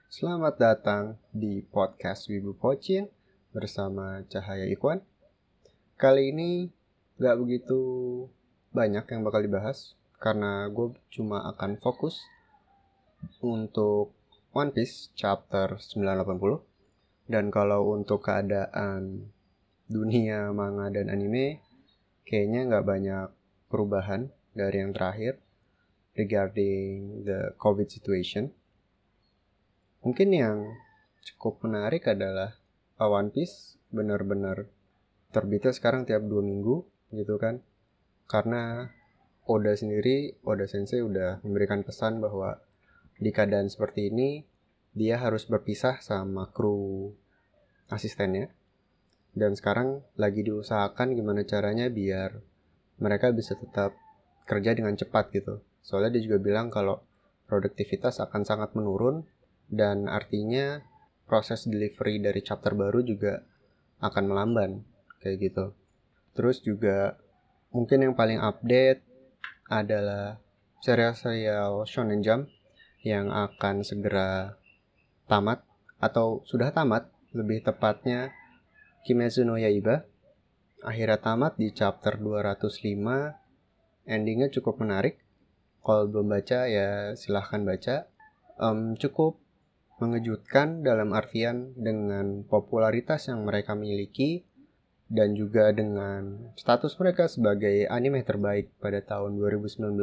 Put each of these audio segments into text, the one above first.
Selamat datang di podcast Wibu Pocin bersama Cahaya Ikhwan. Kali ini gak begitu banyak yang bakal dibahas karena gue cuma akan fokus untuk One Piece chapter 980. Dan kalau untuk keadaan dunia manga dan anime, kayaknya gak banyak perubahan dari yang terakhir regarding the COVID situation. Mungkin yang cukup menarik adalah One Piece benar-benar terbitnya sekarang tiap 2 minggu gitu kan. Karena Oda Sensei udah memberikan pesan bahwa di keadaan seperti ini dia harus berpisah sama kru asistennya. Dan sekarang lagi diusahakan gimana caranya biar mereka bisa tetap kerja dengan cepat gitu. Soalnya dia juga bilang kalau produktivitas akan sangat menurun dan artinya proses delivery dari chapter baru juga akan melamban kayak gitu. Terus juga mungkin yang paling update adalah serial Shonen Jump yang akan segera tamat atau sudah tamat, lebih tepatnya Kimetsu no Yaiba akhirnya tamat di chapter 205. Endingnya cukup menarik. Kalau belum baca ya silahkan baca. Cukup mengejutkan dalam artian dengan popularitas yang mereka miliki dan juga dengan status mereka sebagai anime terbaik pada tahun 2019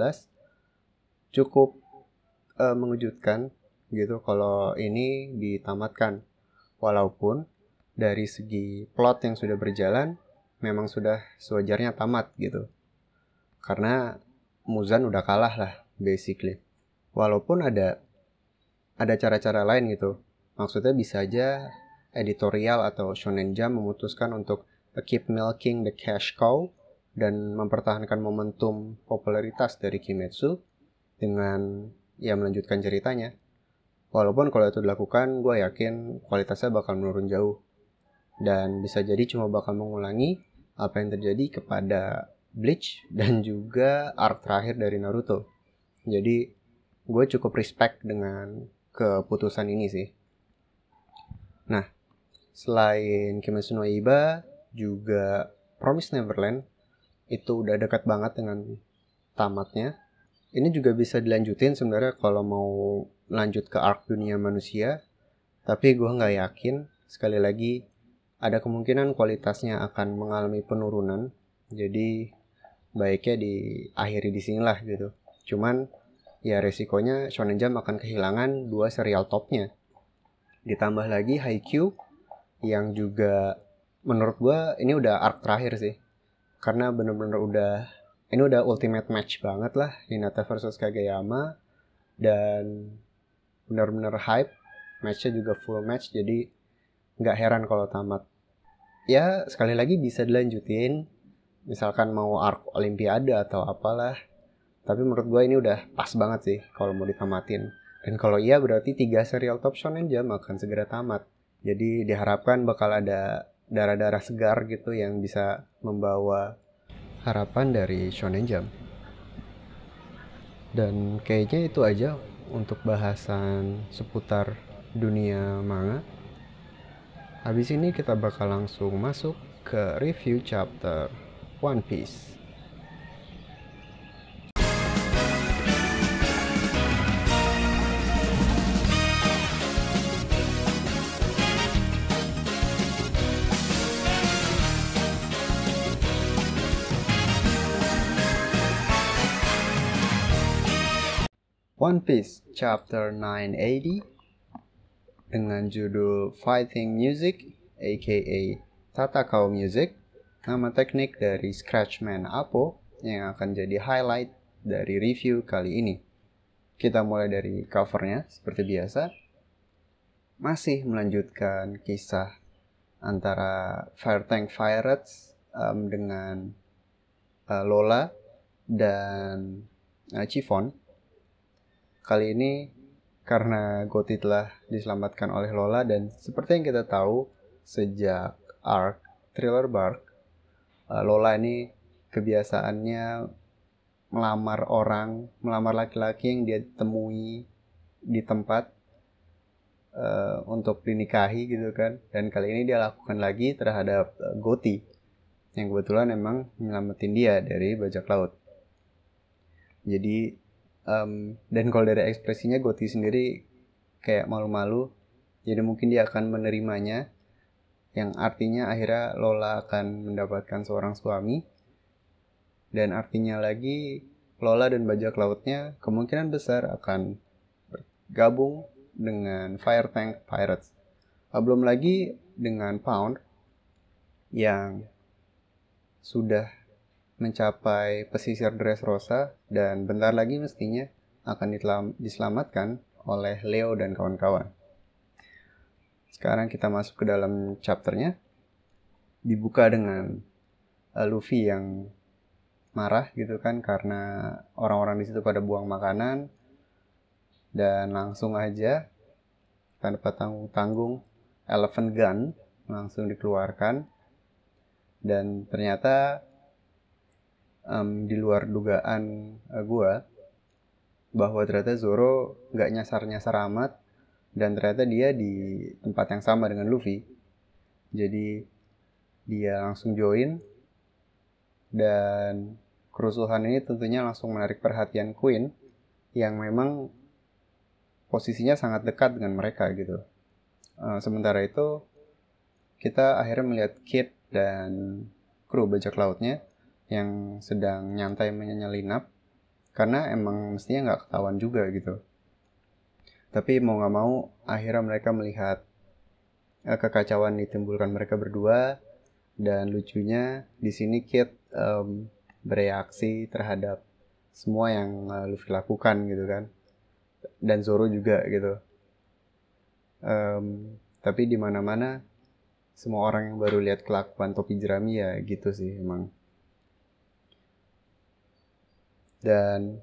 cukup mengejutkan gitu kalau ini ditamatkan, walaupun dari segi plot yang sudah berjalan memang sudah sewajarnya tamat gitu karena Muzan udah kalah lah basically, walaupun ada cara-cara lain gitu. Maksudnya bisa aja editorial atau Shonen Jump memutuskan untuk keep milking the cash cow dan mempertahankan momentum popularitas dari Kimetsu dengan melanjutkan ceritanya. Walaupun kalau itu dilakukan, gue yakin kualitasnya bakal menurun jauh. Dan bisa jadi cuma bakal mengulangi apa yang terjadi kepada Bleach dan juga arc terakhir dari Naruto. Jadi gue cukup respect dengan keputusan ini sih. Nah, selain Kimetsu no Yaiba, juga Promise Neverland itu udah dekat banget dengan tamatnya. Ini juga bisa dilanjutin sebenarnya kalau mau lanjut ke arc dunia manusia, tapi gue nggak yakin. Sekali lagi, ada kemungkinan kualitasnya akan mengalami penurunan. Jadi baiknya diakhiri di sinilah gitu. Cuman ya resikonya Shonen Jump akan kehilangan 2 serial topnya. Ditambah lagi Haikyuu yang juga menurut gue ini udah arc terakhir sih. Karena bener-bener ini udah ultimate match banget lah, Hinata versus Kageyama. Dan bener-bener hype, matchnya juga full match, jadi gak heran kalau tamat. Ya sekali lagi bisa dilanjutin, misalkan mau arc Olimpiade atau apalah. Tapi menurut gue ini udah pas banget sih kalau mau ditamatin. Dan kalau iya berarti 3 serial top Shonen Jump akan segera tamat. Jadi diharapkan bakal ada darah-darah segar gitu yang bisa membawa harapan dari Shonen Jump. Dan kayaknya itu aja untuk bahasan seputar dunia manga. Habis ini kita bakal langsung masuk ke review chapter One Piece. One Piece Chapter 980 dengan judul Fighting Music aka Tatakau Music, nama teknik dari Scratchman Apo yang akan jadi highlight dari review kali ini. Kita mulai dari covernya seperti biasa. Masih melanjutkan kisah antara Fire Tank Pirates dengan Lola dan Chiffon. Kali ini karena Gotti telah diselamatkan oleh Lola dan seperti yang kita tahu sejak arc Thriller Bark, Lola ini kebiasaannya melamar laki-laki yang dia temui di tempat untuk dinikahi gitu kan. Dan kali ini dia lakukan lagi terhadap Goti yang kebetulan emang nyelamatin dia dari bajak laut. Jadi dan kalau dari ekspresinya Goti sendiri kayak malu-malu, jadi mungkin dia akan menerimanya, yang artinya akhirnya Lola akan mendapatkan seorang suami. Dan artinya lagi Lola dan bajak lautnya kemungkinan besar akan bergabung dengan Fire Tank Pirates. Belum lagi dengan Pound yang sudah mencapai pesisir Dressrosa dan bentar lagi mestinya akan diselamatkan oleh Leo dan kawan-kawan. Sekarang kita masuk ke dalam chapternya. Dibuka dengan Luffy yang marah gitu kan karena orang-orang di situ pada buang makanan, dan langsung aja tanpa tanggung-tanggung Elephant Gun langsung dikeluarkan. Dan ternyata di luar dugaan gua bahwa ternyata Zoro gak nyasar-nyasar amat, dan ternyata dia di tempat yang sama dengan Luffy. Jadi dia langsung join, dan kerusuhan ini tentunya langsung menarik perhatian Queen yang memang posisinya sangat dekat dengan mereka gitu. Sementara itu kita akhirnya melihat Kid dan kru bajak lautnya yang sedang nyantai menyelinap, karena emang mestinya nggak ketahuan juga gitu. Tapi mau nggak mau akhirnya mereka melihat kekacauan ditimbulkan mereka berdua. Dan lucunya di sini Kid bereaksi terhadap semua yang Luffy lakukan gitu kan, dan Zoro juga gitu. Tapi di mana-mana semua orang yang baru lihat kelakuan topi jerami ya gitu sih emang. Dan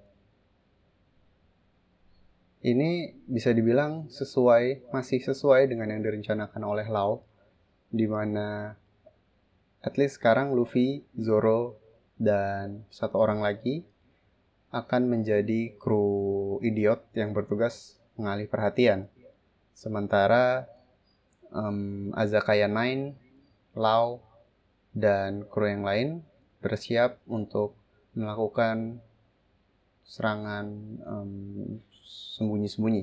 ini bisa dibilang masih sesuai dengan yang direncanakan oleh Lau, dimana at least sekarang Luffy, Zoro, dan satu orang lagi akan menjadi kru idiot yang bertugas mengalih perhatian. Sementara Azakaya Nine, Lau, dan kru yang lain bersiap untuk melakukan serangan sembunyi-sembunyi.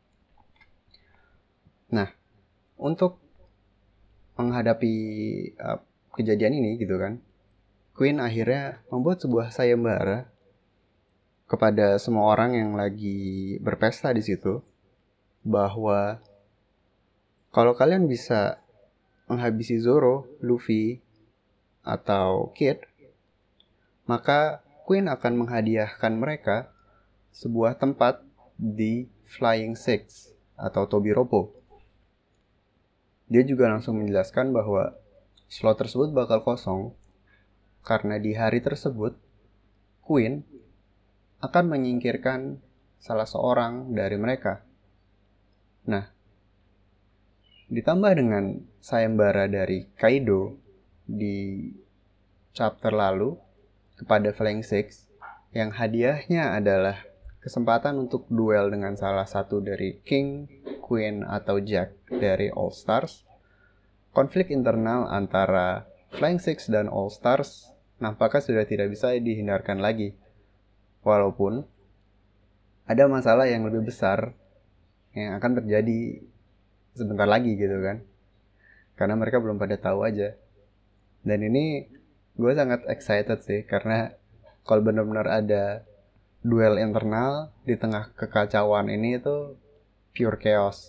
Nah, untuk menghadapi kejadian ini gitu kan, Queen akhirnya membuat sebuah sayembara kepada semua orang yang lagi berpesta di situ, bahwa kalau kalian bisa menghabisi Zoro, Luffy, atau Kid, maka Queen akan menghadiahkan mereka sebuah tempat di Flying Six atau Tobiropo. Dia juga langsung menjelaskan bahwa slot tersebut bakal kosong karena di hari tersebut Queen akan menyingkirkan salah seorang dari mereka. Nah, ditambah dengan sayembara dari Kaido di chapter lalu kepada Flying Six, yang hadiahnya adalah kesempatan untuk duel dengan salah satu dari King, Queen, atau Jack dari All Stars. Konflik internal antara Flying Six dan All Stars nampaknya sudah tidak bisa dihindarkan lagi. Walaupun ada masalah yang lebih besar yang akan terjadi sebentar lagi gitu kan. Karena mereka belum pada tahu aja. Dan ini gue sangat excited sih, karena kalau benar-benar ada duel internal di tengah kekacauan ini itu pure chaos.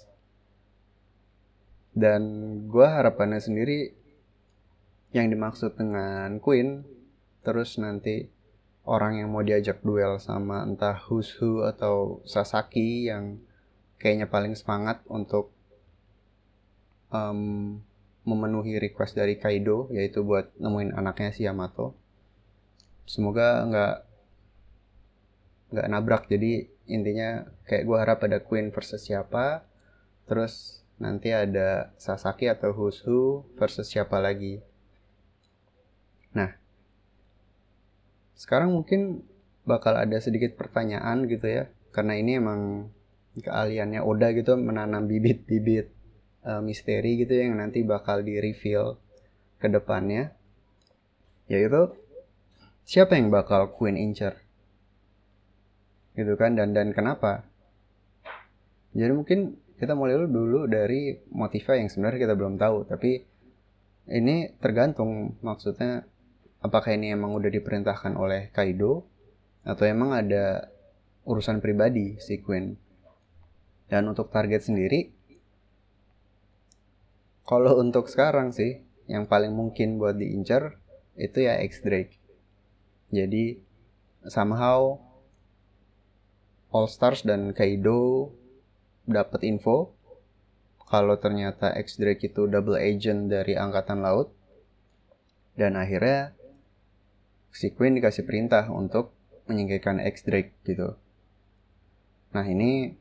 Dan gue harapannya sendiri yang dimaksud dengan Queen, terus nanti orang yang mau diajak duel sama entah Who's Who atau Sasaki yang kayaknya paling semangat untuk memenuhi request dari Kaido, yaitu buat nemuin anaknya si Yamato. Semoga nggak nabrak. Jadi intinya kayak gue harap ada Queen versus siapa, terus nanti ada Sasaki atau Who's Who versus siapa lagi. Nah, sekarang mungkin bakal ada sedikit pertanyaan gitu ya, karena ini emang keahliannya Oda gitu, menanam bibit-bibit misteri gitu yang nanti bakal di reveal ke depannya, yaitu siapa yang bakal Queen incer gitu kan, dan kenapa. Jadi mungkin kita mulai dulu dari motifnya yang sebenarnya kita belum tahu, tapi ini tergantung, maksudnya apakah ini emang udah diperintahkan oleh Kaido atau emang ada urusan pribadi si Queen. Dan untuk target sendiri, kalau untuk sekarang sih yang paling mungkin buat diincar itu ya X Drake. Jadi somehow All Stars dan Kaido dapat info kalau ternyata X Drake itu double agent dari Angkatan Laut, dan akhirnya si Queen dikasih perintah untuk menyingkirkan X Drake gitu. Nah ini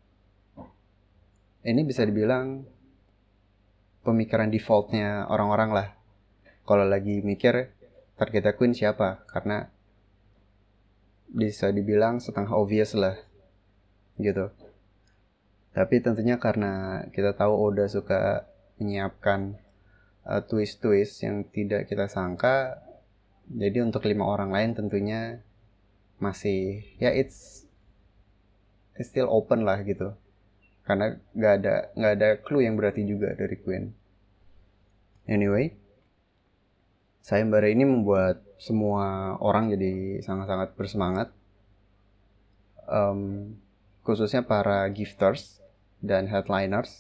bisa dibilang pemikiran defaultnya orang-orang lah kalau lagi mikir targetnya Queen siapa, karena bisa dibilang setengah obvious lah gitu. Tapi tentunya karena kita tahu Oda suka menyiapkan twist-twist yang tidak kita sangka, jadi untuk 5 orang lain tentunya masih ya it's still open lah gitu, karena nggak ada clue yang berarti juga dari Queen. Anyway, sayembara ini membuat semua orang jadi sangat-sangat bersemangat, khususnya para gifters dan headliners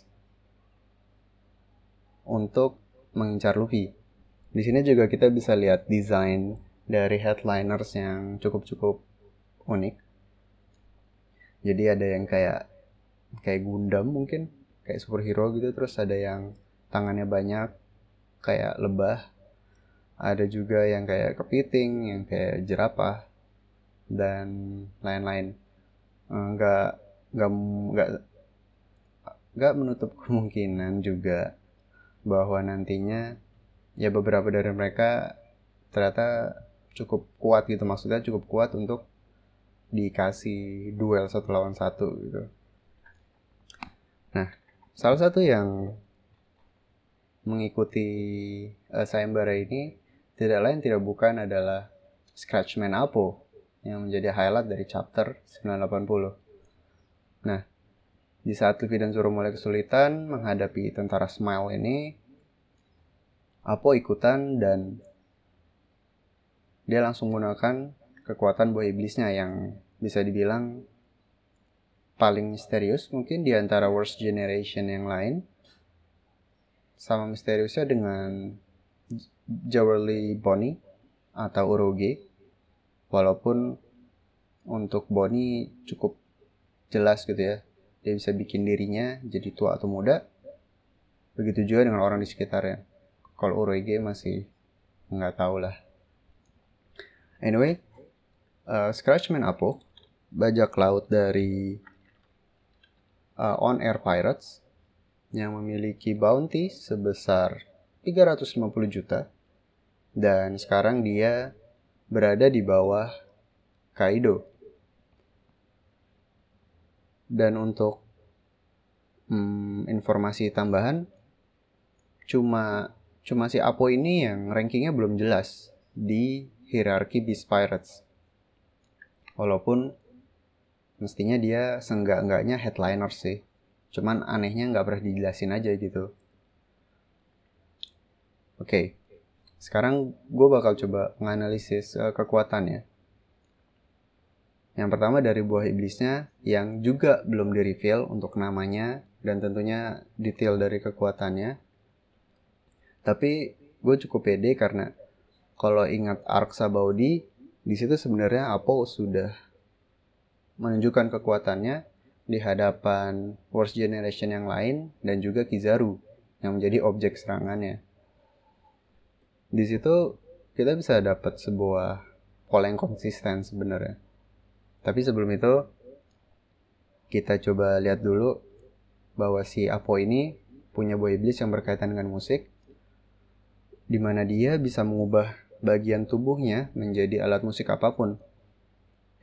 untuk mengincar Luffy. Di sini juga kita bisa lihat desain dari headliners yang cukup unik. Jadi ada yang kayak Gundam mungkin, kayak superhero gitu, terus ada yang tangannya banyak kayak lebah, ada juga yang kayak kepiting, yang kayak jerapah dan lain-lain. Nggak menutup kemungkinan juga bahwa nantinya ya beberapa dari mereka ternyata cukup kuat gitu, maksudnya cukup kuat untuk dikasih duel 1 lawan 1 gitu. Nah, salah satu yang mengikuti sayembara ini tidak lain tidak bukan adalah Scratchman Appo yang menjadi highlight dari chapter 980. Nah, di saat Luffy dan Zoro mulai kesulitan menghadapi tentara Smile ini, Appo ikutan dan dia langsung menggunakan kekuatan buah iblisnya yang bisa dibilang paling misterius mungkin di antara Worst Generation yang lain. Sama misteriusnya dengan Jewelry Bonnie atau Uroge, walaupun untuk Bonnie cukup jelas gitu ya, dia bisa bikin dirinya jadi tua atau muda. Begitu juga dengan orang di sekitarnya. Kalau Uroge masih nggak tahu lah. Anyway, Scratchman Appo, bajak laut dari On Air Pirates yang memiliki bounty sebesar 350 juta, dan sekarang dia berada di bawah Kaido. Dan untuk informasi tambahan, cuma si Appo ini yang rankingnya belum jelas di hierarki Beast Pirates, walaupun mestinya dia seenggak-enggaknya headliner sih, cuman anehnya nggak pernah dijelasin aja gitu. Oke, sekarang gue bakal coba menganalisis kekuatannya. Yang pertama dari buah iblisnya yang juga belum di-reveal untuk namanya dan tentunya detail dari kekuatannya. Tapi gue cukup pede karena kalau ingat arc Sabaody, di situ sebenarnya Appo sudah menunjukkan kekuatannya di hadapan Worst Generation yang lain dan juga Kizaru yang menjadi objek serangannya. Di situ kita bisa dapat sebuah pola yang konsisten sebenarnya. Tapi sebelum itu kita coba lihat dulu bahwa si Appo ini punya buah iblis yang berkaitan dengan musik, di mana dia bisa mengubah bagian tubuhnya menjadi alat musik apapun.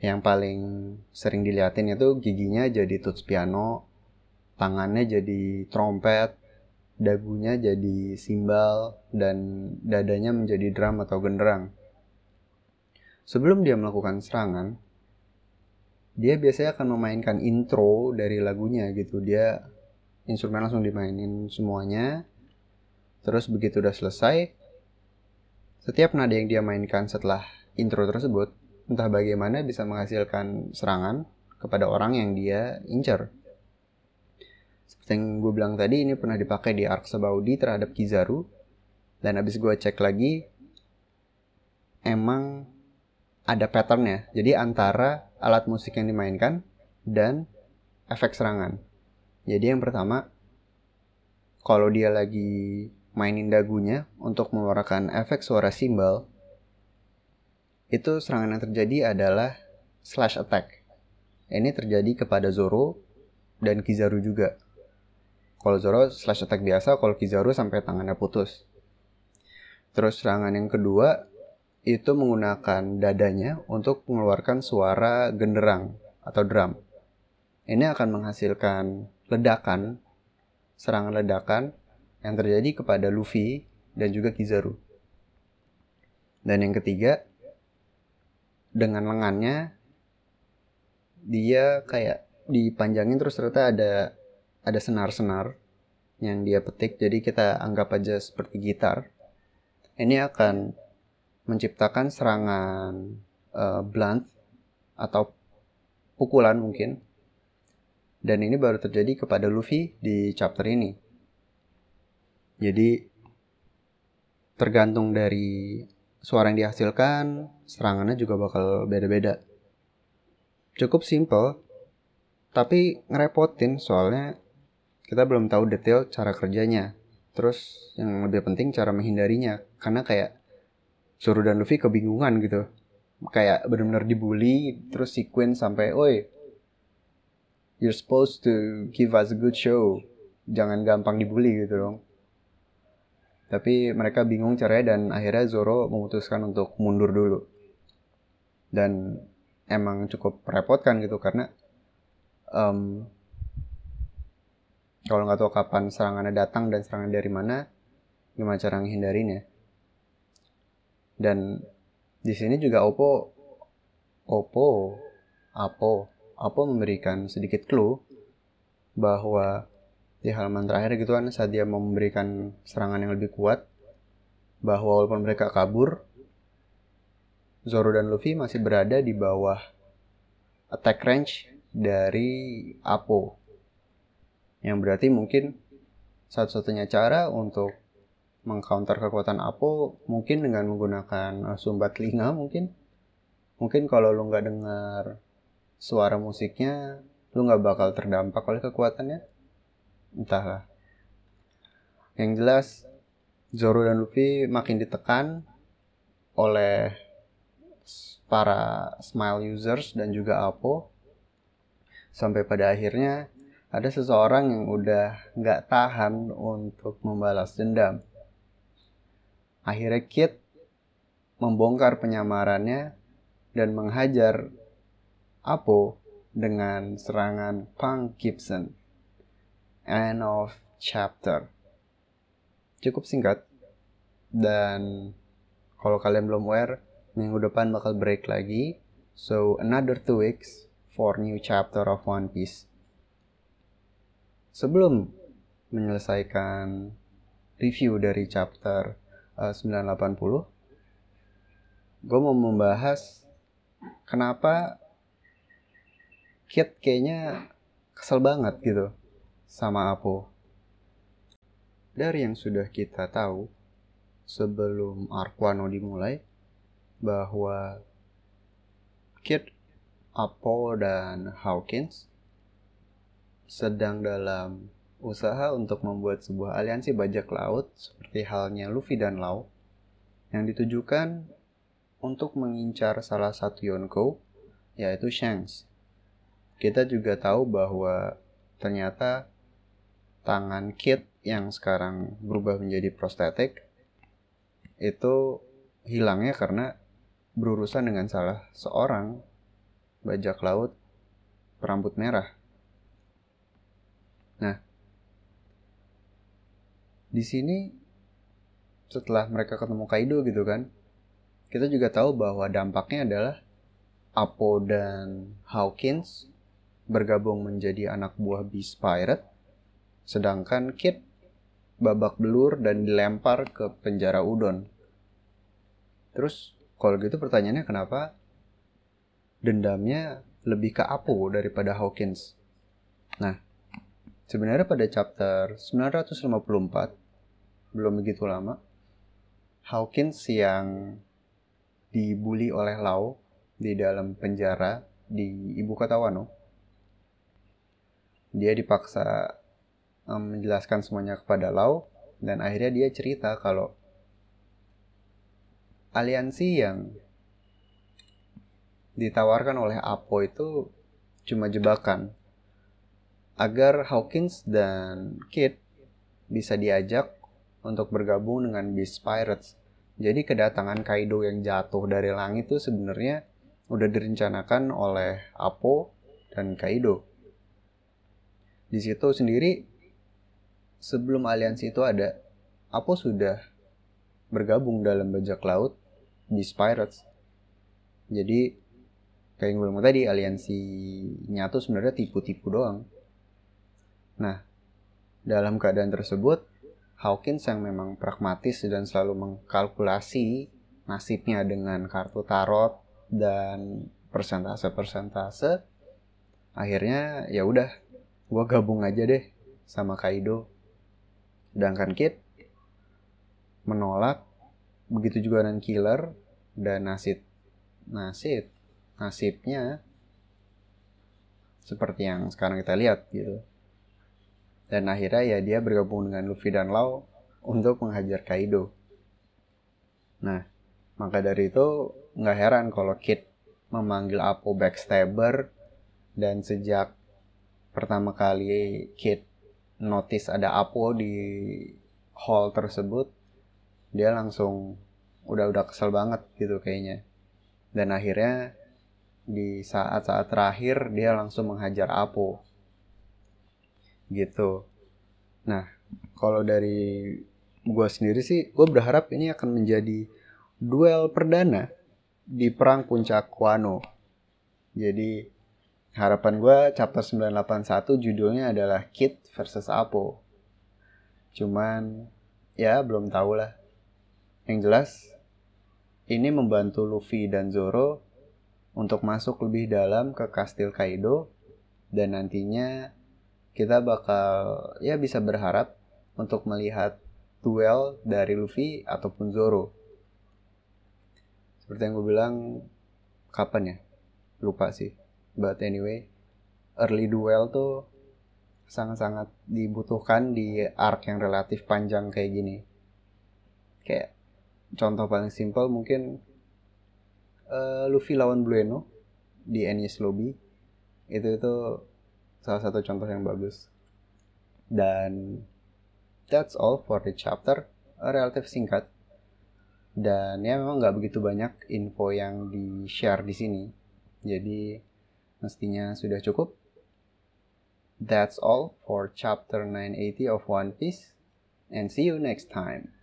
Yang paling sering diliatin itu giginya jadi tuts piano, tangannya jadi trompet, dagunya jadi simbal, dan dadanya menjadi drum atau genderang. Sebelum dia melakukan serangan, dia biasanya akan memainkan intro dari lagunya gitu. Dia instrumen langsung dimainin semuanya. Terus begitu udah selesai, setiap nada yang dia mainkan setelah intro tersebut, entah bagaimana bisa menghasilkan serangan kepada orang yang dia incer. Seperti yang gue bilang tadi, ini pernah dipakai di Ark Sabaudi terhadap Kizaru. Dan abis gue cek lagi, emang ada patternnya. Jadi antara alat musik yang dimainkan dan efek serangan. Jadi yang pertama, kalau dia lagi mainin dagunya untuk mengeluarkan efek suara simbal, itu serangan yang terjadi adalah slash attack. Ini terjadi kepada Zoro dan Kizaru juga. Kalau Zoro slash attack biasa, kalau Kizaru sampai tangannya putus. Terus serangan yang kedua itu menggunakan dadanya untuk mengeluarkan suara genderang atau drum. Ini akan menghasilkan ledakan, serangan ledakan yang terjadi kepada Luffy dan juga Kizaru. Dan yang ketiga, dengan lengannya dia kayak dipanjangin terus ternyata ada senar-senar yang dia petik, jadi kita anggap aja seperti gitar. Ini akan menciptakan serangan blunt atau pukulan mungkin. Dan ini baru terjadi kepada Luffy di chapter ini. Jadi tergantung dari suara yang dihasilkan, serangannya juga bakal beda-beda. Cukup simple, tapi ngerepotin soalnya kita belum tahu detail cara kerjanya. Terus yang lebih penting cara menghindarinya. Karena kayak Zoro dan Luffy kebingungan gitu. Kayak benar-benar dibully, terus si Queen sampai, "Oi, you're supposed to give us a good show. Jangan gampang dibully gitu dong." Tapi mereka bingung caranya dan akhirnya Zoro memutuskan untuk mundur dulu. Dan emang cukup merepotkan gitu karena kalau nggak tahu kapan serangannya datang dan serangan dari mana, gimana cara menghindarinya. Dan di sini juga Apo memberikan sedikit clue bahwa di halaman terakhir gitu kan, saat dia memberikan serangan yang lebih kuat, bahwa walaupun mereka kabur, Zoro dan Luffy masih berada di bawah attack range dari Apo. Yang berarti mungkin satu-satunya cara untuk mengcounter kekuatan Apo mungkin dengan menggunakan sumbat telinga mungkin. Mungkin kalau lu nggak dengar suara musiknya, lu nggak bakal terdampak oleh kekuatannya. Entahlah. Yang jelas, Zoro dan Luffy makin ditekan oleh para Smile users dan juga Apo. Sampai pada akhirnya ada seseorang yang udah nggak tahan untuk membalas dendam. Akhirnya Kid membongkar penyamarannya dan menghajar Apo dengan serangan Punk Gibson. End of chapter. Cukup singkat. Dan kalau kalian belum aware, minggu depan bakal break lagi. So another 2 weeks for new chapter of One Piece. Sebelum menyelesaikan review dari chapter 980, gue mau membahas kenapa Kid kayaknya kesel banget gitu sama Apo. Dari yang sudah kita tahu sebelum arc Wano dimulai, bahwa Kid, Apo, dan Hawkins sedang dalam usaha untuk membuat sebuah aliansi bajak laut seperti halnya Luffy dan Law yang ditujukan untuk mengincar salah satu Yonko, yaitu Shanks. Kita juga tahu bahwa ternyata tangan Kid yang sekarang berubah menjadi prostetik itu hilangnya karena berurusan dengan salah seorang bajak laut berambut merah. Nah, di sini setelah mereka ketemu Kaido gitu kan, kita juga tahu bahwa dampaknya adalah Appo dan Hawkins bergabung menjadi anak buah Beast Pirate, sedangkan Kid babak belur dan dilempar ke penjara Udon. Terus kalau gitu pertanyaannya kenapa dendamnya lebih ke Appo daripada Hawkins? Nah, sebenarnya pada chapter 954, belum begitu lama, Hawkins yang dibully oleh Law di dalam penjara di ibu kota Wano, dia dipaksa menjelaskan semuanya kepada Law, dan akhirnya dia cerita kalau aliansi yang ditawarkan oleh Appo itu cuma jebakan agar Hawkins dan Kid bisa diajak untuk bergabung dengan Beast Pirates. Jadi kedatangan Kaido yang jatuh dari langit itu sebenarnya udah direncanakan oleh Appo dan Kaido. Di situ sendiri sebelum aliansi itu ada, Appo sudah bergabung dalam bajak laut Beast Pirates. Jadi kayak yang gue bilang tadi, aliansinya tuh sebenarnya tipu-tipu doang. Nah, dalam keadaan tersebut, Hawkins yang memang pragmatis dan selalu mengkalkulasi nasibnya dengan kartu tarot dan persentase, akhirnya ya udah, gue gabung aja deh sama Kaido. Sedangkan Kid menolak, begitu juga dengan Killer, dan nasibnya seperti yang sekarang kita lihat gitu. Dan akhirnya ya dia bergabung dengan Luffy dan Law untuk menghajar Kaido. Nah, maka dari itu nggak heran kalau Kid memanggil Appo backstabber, dan sejak pertama kali Kid notice ada Appo di hall tersebut, dia langsung udah kesel banget gitu kayaknya. Dan akhirnya di saat-saat terakhir dia langsung menghajar Appo gitu. Nah, kalau dari gue sendiri sih, gue berharap ini akan menjadi duel perdana di perang puncak Wano. Jadi harapan gue chapter 981 judulnya adalah Kid versus Appo. Cuman ya belum tahu lah. Yang jelas ini membantu Luffy dan Zoro untuk masuk lebih dalam ke kastil Kaido, dan nantinya kita bakal ya bisa berharap untuk melihat duel dari Luffy ataupun Zoro. Seperti yang gue bilang, kapan ya? Lupa sih. But anyway, early duel tuh sangat-sangat dibutuhkan di arc yang relatif panjang kayak gini. Kayak contoh paling simpel mungkin Luffy lawan Blue Eno di Enies Lobby. Itu salah satu contoh yang bagus. Dan that's all for the chapter, relatif singkat. Dan ya memang nggak begitu banyak info yang di-share di sini. Jadi mestinya sudah cukup. That's all for chapter 980 of One Piece, and see you next time.